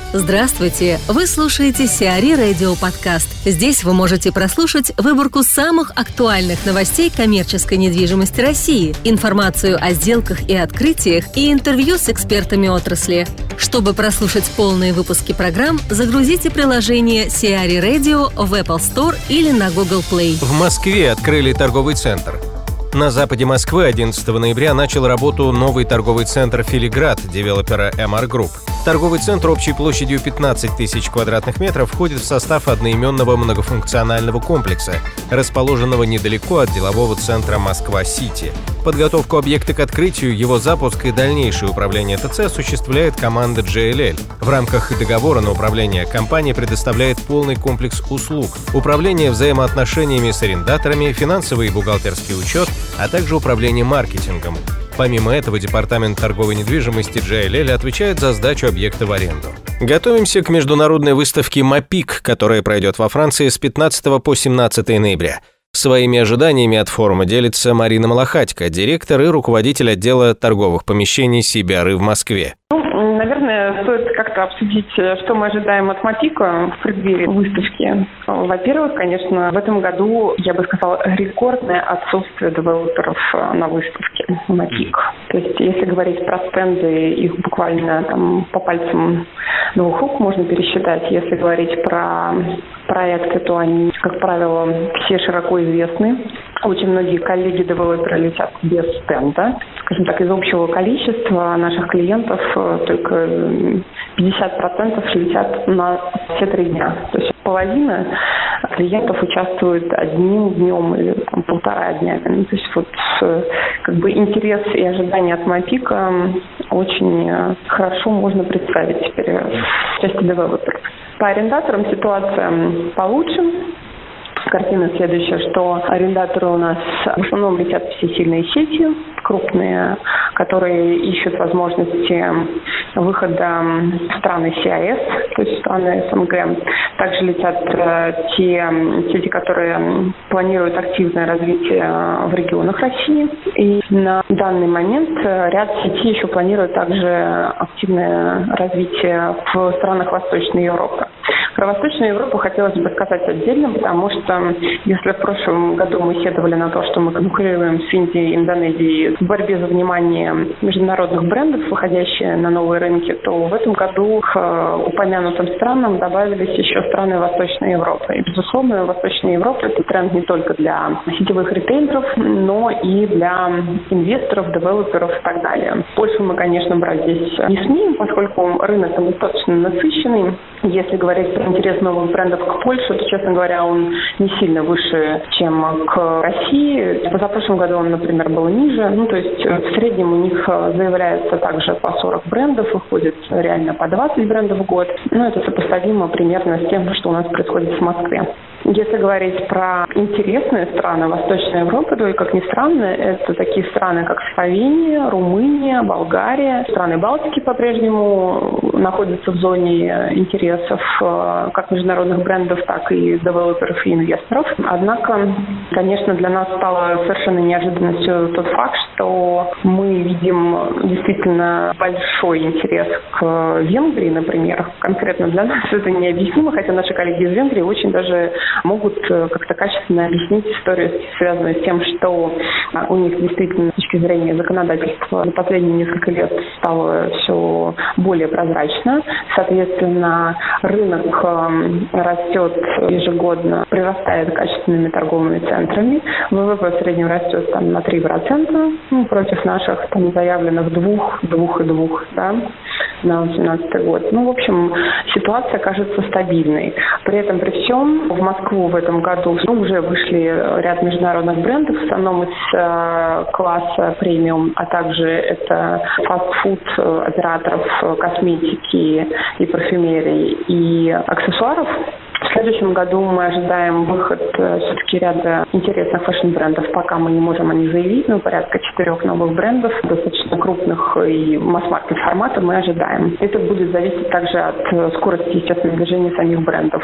Здравствуйте! Вы слушаете Сиари Радио Подкаст. Здесь вы можете прослушать выборку самых актуальных новостей коммерческой недвижимости России, информацию о сделках и открытиях и интервью с экспертами отрасли. Чтобы прослушать полные выпуски программ, загрузите приложение Сиари Radio в Apple Store или на Google Play. В Москве открыли торговый центр. На западе Москвы 11 ноября начал работу новый торговый центр «Филиград» девелопера MR Group. Торговый центр общей площадью 15 тысяч квадратных метров входит в состав одноименного многофункционального комплекса, расположенного недалеко от делового центра Москва-Сити. Подготовку объекта к открытию, его запуск и дальнейшее управление ТЦ осуществляет команда JLL. В рамках договора на управление компания предоставляет полный комплекс услуг: управление взаимоотношениями с арендаторами, финансовый и бухгалтерский учет, а также управление маркетингом. Помимо этого, департамент торговой недвижимости JLL отвечает за сдачу объекта в аренду. Готовимся к международной выставке МАПИК, которая пройдет во Франции с 15 по 17 ноября. Своими ожиданиями от форума делится Марина Малахатько, директор и руководитель отдела торговых помещений CBRE в Москве. Наверное, стоит как-то обсудить, что мы ожидаем от МАПИКа в преддверии выставки. Во-первых, конечно, в этом году, я бы сказала, рекордное отсутствие девелоперов на выставке МАПИК. То есть, если говорить про стенды, их буквально там по пальцам двух рук можно пересчитать. Если говорить про проекты, то они, как правило, все широко известны. Очень многие коллеги-девелоперы летят без стенда. Скажем так, из общего количества наших клиентов только 50% летят на все 3 дня. То есть половина клиентов участвует одним днем или полтора дня. То есть как бы интерес и ожидания от МАПИКа очень хорошо можно представить теперь в части девелоперов. По арендаторам ситуация получше. Картина следующая, что арендаторы у нас в основном летят все сильные сети, крупные, которые ищут возможности выхода в страны СИАЭС, то есть страны СНГ. Также летят те сети, которые планируют активное развитие в регионах России. И на данный момент ряд сетей еще планирует также активное развитие в странах Восточной Европы. Про Восточную Европу хотелось бы сказать отдельно, потому что если в прошлом году мы седовали на то, что мы конкурируем с Индией и Индонезией в борьбе за внимание международных брендов, выходящие на новые рынки, то в этом году к упомянутым странам добавились еще страны Восточной Европы. И, безусловно, Восточная Европа – это тренд не только для сетевых ритейлеров, но и для инвесторов, девелоперов и так далее. Польшу мы, конечно, брать здесь не смеем, поскольку рынок там достаточно насыщенный. Если говорить про интерес новых брендов к Польше, то, честно говоря, он не сильно выше, чем к России. В позапрошлом году он, например, был ниже. То есть в среднем у них заявляется также по 40 брендов, выходит реально по 20 брендов в год. Это сопоставимо примерно с тем, что у нас происходит в Москве. Если говорить про интересные страны Восточной Европы, то, как ни странно, это такие страны, как Словения, Румыния, Болгария. Страны Балтики по-прежнему находятся в зоне интересов как международных брендов, так и девелоперов и инвесторов. Однако, конечно, для нас стало совершенно неожиданностью тот факт, что мы видим действительно большой интерес к Венгрии, например. Конкретно для нас это необъяснимо, хотя наши коллеги из Венгрии очень даже могут как-то качественно объяснить историю, связанную с тем, что у них действительно с точки зрения законодательства за последние несколько лет стало все более прозрачно. Соответственно, рынок растет ежегодно, прирастает качественными торговыми центрами. ВВП в среднем растет на 3%, против наших заявленных 2,2, да, на 2018 год. В общем, ситуация кажется стабильной. При этом, при всем, в Москву в этом году уже вышли ряд международных брендов, в основном из класса премиум, а также это фастфуд операторов косметики и парфюмерии и аксессуаров. В следующем году мы ожидаем выход все-таки ряда интересных фэшн-брендов. Пока мы не можем о них заявить, но порядка 4 новых брендов, достаточно крупных и масс-маркет формата мы ожидаем. Это будет зависеть также от скорости, естественно, движения самих брендов.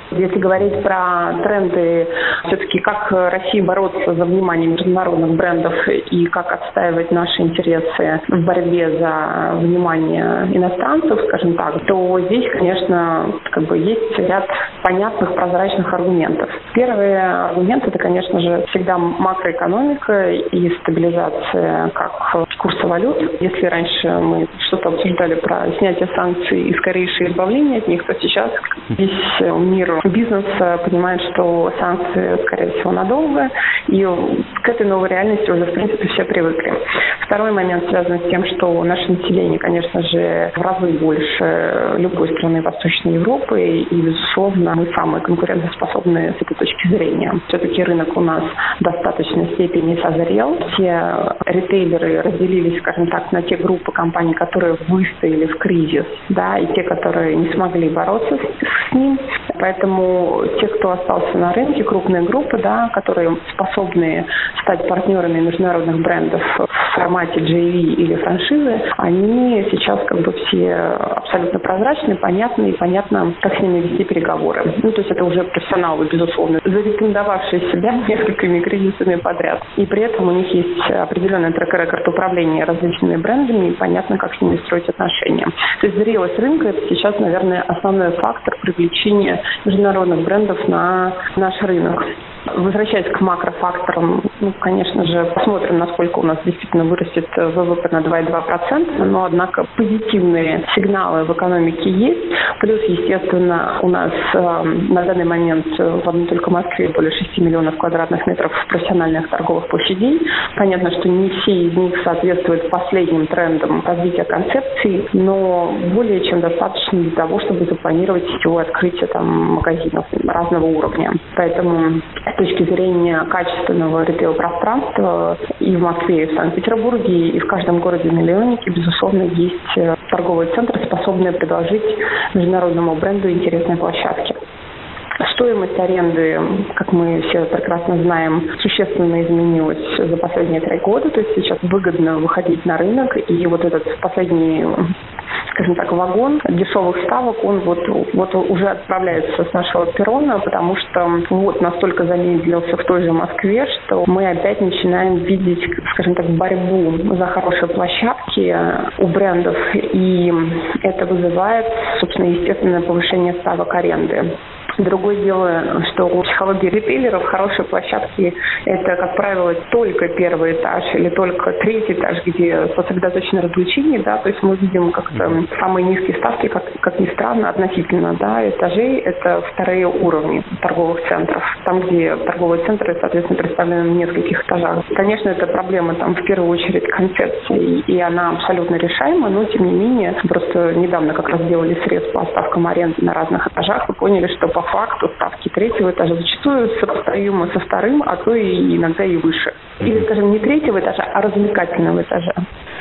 Если говорить про тренды, все-таки как России бороться за внимание международных брендов и как отстаивать наши интересы в борьбе за внимание иностранцев, скажем так, то здесь, конечно, есть ряд понятных, прозрачных аргументов. Первый аргумент – это, конечно же, всегда макроэкономика и стабилизация как курса валют. Если раньше мы что-то обсуждали про снятие санкций и скорейшее избавление от них, то сейчас весь мир бизнеса понимает, что санкции, скорее всего, надолго, и к этой новой реальности уже, в принципе, все привыкли. Второй момент связан с тем, что наше население, конечно же, в разы больше любой страны Восточной Европы, и, безусловно, мы самые конкурентоспособные с этой точки зрения. Все-таки рынок у нас в достаточной степени созрел. Все ритейлеры разделились, скажем так, на те группы компаний, которые выстояли в кризис, да, и те, которые не смогли бороться с ним. Поэтому те, кто остался на рынке, крупные группы, да, которые способны стать партнерами международных брендов в формате JV или франшизы, они сейчас все абсолютно прозрачны, понятны и понятно, как с ними вести переговоры. То есть это уже профессионалы, безусловно, зарекомендовавшие себя несколькими кризисами подряд. И при этом у них есть определенный трек-рекорд управления различными брендами, и понятно, как с ними строить отношения. То есть зрелость рынка – это сейчас, наверное, основной фактор привлечения международных брендов на наш рынок. Возвращаясь к макрофакторам, конечно же, посмотрим, насколько у нас действительно вырастет ВВП на 2,2%, но, однако, позитивные сигналы в экономике есть. Плюс, естественно, у нас на данный момент в одной только Москве более 6 миллионов квадратных метров профессиональных торговых площадей. Понятно, что не все из них соответствуют последним трендам развития концепции, но более чем достаточно для того, чтобы запланировать сетевое открытие магазинов разного уровня. Поэтому с точки зрения качественного ритейл-пространства и в Москве, и в Санкт-Петербурге, и в каждом городе-миллионнике, безусловно, есть торговые центры, способные предложить международному бренду интересные площадки. Стоимость аренды, как мы все прекрасно знаем, существенно изменилась за последние 3 года. То есть сейчас выгодно выходить на рынок. И вот этот последний, скажем так, вагон дешевых ставок, он вот уже отправляется с нашего перрона, потому что настолько замедлился в той же Москве, что мы опять начинаем видеть, скажем так, борьбу за хорошие площадки у брендов. И это вызывает, собственно, естественное повышение ставок аренды. Другое дело, что у психологии ритейлеров хорошие площадки – это, как правило, только первый этаж или только 3-й этаж, где сосредоточено развлечение, да, то есть мы видим как-то самые низкие ставки, как ни странно, относительно, да, этажей – это 2-е уровни торговых центров, там, где торговые центры, соответственно, представлены на нескольких этажах. Конечно, это проблема в первую очередь концепции, и она абсолютно решаема, но, тем не менее, просто недавно как раз делали срез по ставкам аренды на разных этажах и поняли, что по факту ставки 3-го этажа зачастую сопоставимы со 2-м, а то и иногда и выше. Или, скажем, не 3-го этажа, а развлекательного этажа.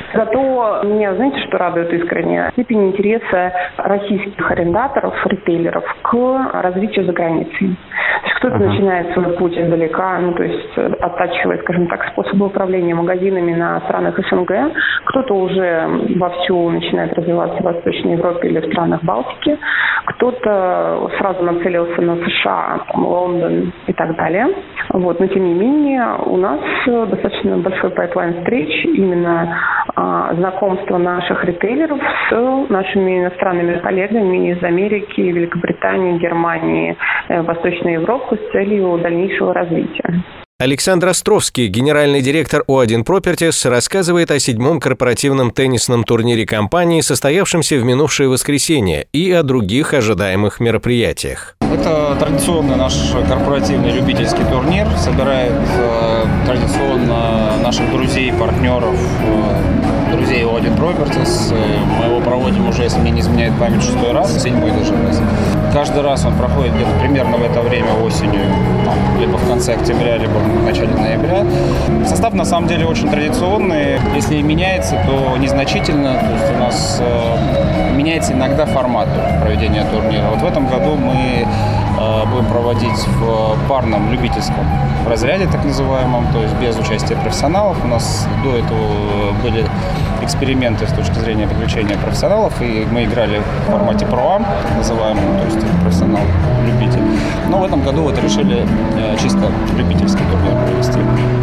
Зато меня, знаете, что радует искренне? Степень интереса российских арендаторов, ритейлеров к развитию за границей. То есть кто-то начинает свой путь издалека, то есть оттачивает, скажем так, способы управления магазинами на странах СНГ, кто-то уже вовсю начинает развиваться в Восточной Европе или в странах Балтики, кто-то сразу нацелился на США, Лондон и так далее. Но тем не менее у нас достаточно большой пайплайн встреч, именно знакомства наших ритейлеров с нашими иностранными коллегами из Америки, Великобритании, Германии, Восточной Европы с целью дальнейшего развития. Александр Островский, генеральный директор O1 Properties, рассказывает о 7-м корпоративном теннисном турнире компании, состоявшемся в минувшее воскресенье, и о других ожидаемых мероприятиях. Это традиционный наш корпоративный любительский турнир. Собирает традиционно наших друзей, партнеров, друзей O1 Properties. Мы его проводим уже, если мне не изменяет память, 6-й раз, 7-й даже раз. Каждый раз он проходит где-то примерно в это время осенью, либо в конце октября, либо в начале ноября. Состав на самом деле очень традиционный. Если и меняется, то незначительно. То есть у нас меняется иногда формат проведения турнира. В этом году мы будем проводить в парном любительском разряде, так называемом, то есть без участия профессионалов. У нас до этого были эксперименты с точки зрения привлечения профессионалов, и мы играли в формате Pro-Am, так называемом, то есть профессионал-любитель. Но в этом году вот решили чисто любительский турнир провести.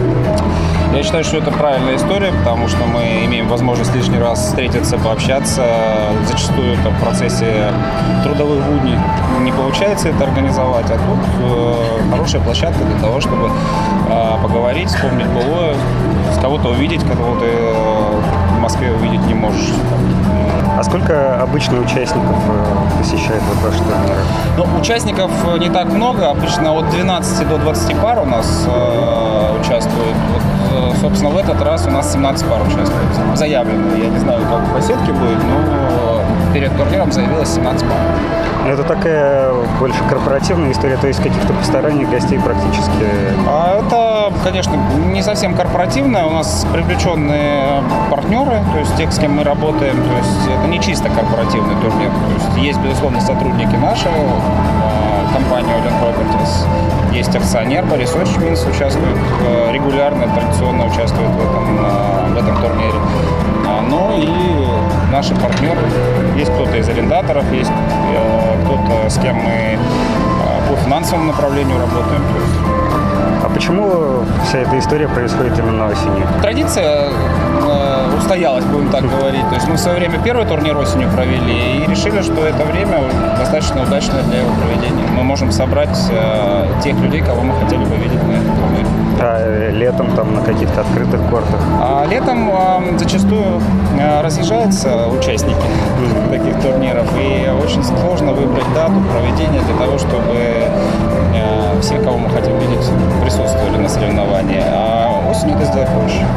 Я считаю, что это правильная история, потому что мы имеем возможность лишний раз встретиться, пообщаться. Зачастую это в процессе трудовых будней не получается это организовать, а тут хорошая площадка для того, чтобы поговорить, вспомнить былое, с кого-то увидеть, кого ты в Москве увидеть не можешь. А сколько обычно участников посещает ваши турниры? Ну, участников не так много, обычно от 12 до 20 пар у нас участвует. Вот, собственно, в этот раз у нас 17 пар участвует. Заявлено. Я не знаю, как по сетке будет, но перед турниром заявилось 17 пар. Это такая больше корпоративная история, то есть каких-то посторонних гостей практически? Это, конечно, не совсем корпоративная. У нас привлеченные партнеры, то есть те, с кем мы работаем. То есть это не чисто корпоративный турнир. То есть, безусловно, сотрудники нашей компании Odin Properties. Есть акционер Борис Очминс, участвует регулярно, традиционно участвует в этом турнире. Ну и наши партнеры. Есть кто-то из арендаторов, есть кто-то, с кем мы по финансовому направлению работаем. А почему вся эта история происходит именно осенью? Традиция устоялась, будем так говорить. То есть мы в свое время первый турнир осенью провели и решили, что это время достаточно удачное для его проведения. Мы можем собрать тех людей, кого мы хотели бы видеть на этом турнире. А летом там на каких-то открытых кортах? А летом зачастую разъезжаются участники таких турниров, и очень сложно выбрать дату проведения для того, чтобы все, кого мы хотим видеть, присутствовали на соревновании. А осенью это сделать проще.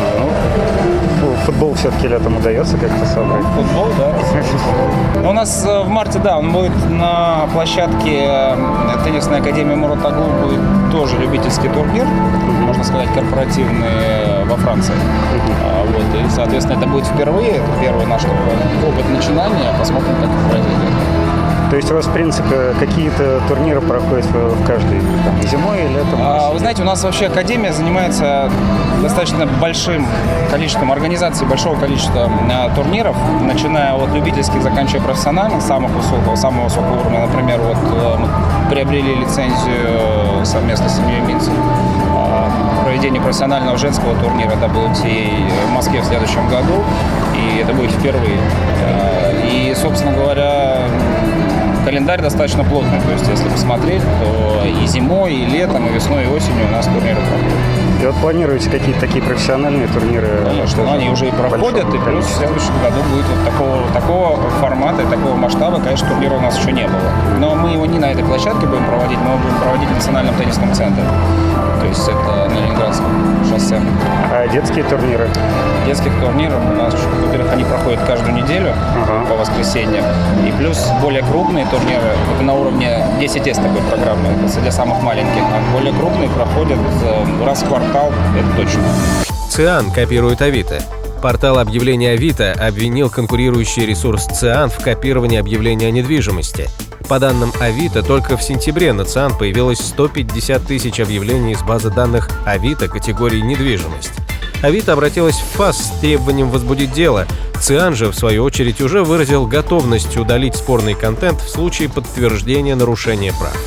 Футбол все-таки летом удается как-то собрать? Футбол, да. У нас в марте, да, он будет на площадке теннисной академии Мурат Аглу, будет тоже любительский турнир, можно сказать, корпоративный во Франции. Вот, и, соответственно, это будет впервые, это первый наш опыт начинания, посмотрим, как это произойдет. То есть у вас, в принципе, какие-то турниры проходят в каждый зимой и летом? Вы знаете, у нас вообще академия занимается достаточно большим количеством организаций, большого количества турниров, начиная от любительских, заканчивая профессиональных, самого высокого уровня. Например, вот мы приобрели лицензию совместно с семьей Минцев проведение профессионального женского турнира WTA в Москве в следующем году, и это будет впервые. И, собственно говоря, календарь достаточно плотный, то есть если посмотреть, то и зимой, и летом, и весной, и осенью у нас турниры проходят. И вот планируете какие-то такие профессиональные турниры? Конечно, они уже и проходят, и плюс в следующем году будет вот такого формата и такого масштаба, конечно, турнира у нас еще не было. Но мы его не на этой площадке будем проводить, мы его будем проводить в Национальном теннисном центре. То есть это на Ленинградском шоссе. А детские турниры? Детских турниров у нас, во-первых, они проходят каждую неделю по воскресеньям. И плюс более крупные турниры, это на уровне 10S такой программы, это для самых маленьких. А более крупные проходят раз в квартал, это точно. Циан копирует Авито. Портал объявлений Авито обвинил конкурирующий ресурс Циан в копировании объявлений о недвижимости. По данным Авито, только в сентябре на Циан появилось 150 тысяч объявлений из базы данных Авито категории «Недвижимость». Авито обратилась в ФАС с требованием возбудить дело. Циан же, в свою очередь, уже выразил готовность удалить спорный контент в случае подтверждения нарушения прав.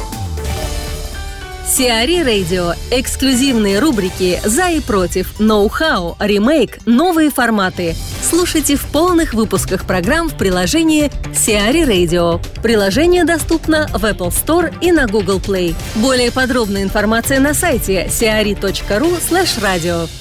Сиари Radio. Эксклюзивные рубрики «За и против», «Ноу-хау», «Ремейк», «Новые форматы». Слушайте в полных выпусках программ в приложении Сиари Radio. Приложение доступно в Apple Store и на Google Play. Более подробная информация на сайте siari.ru/radio.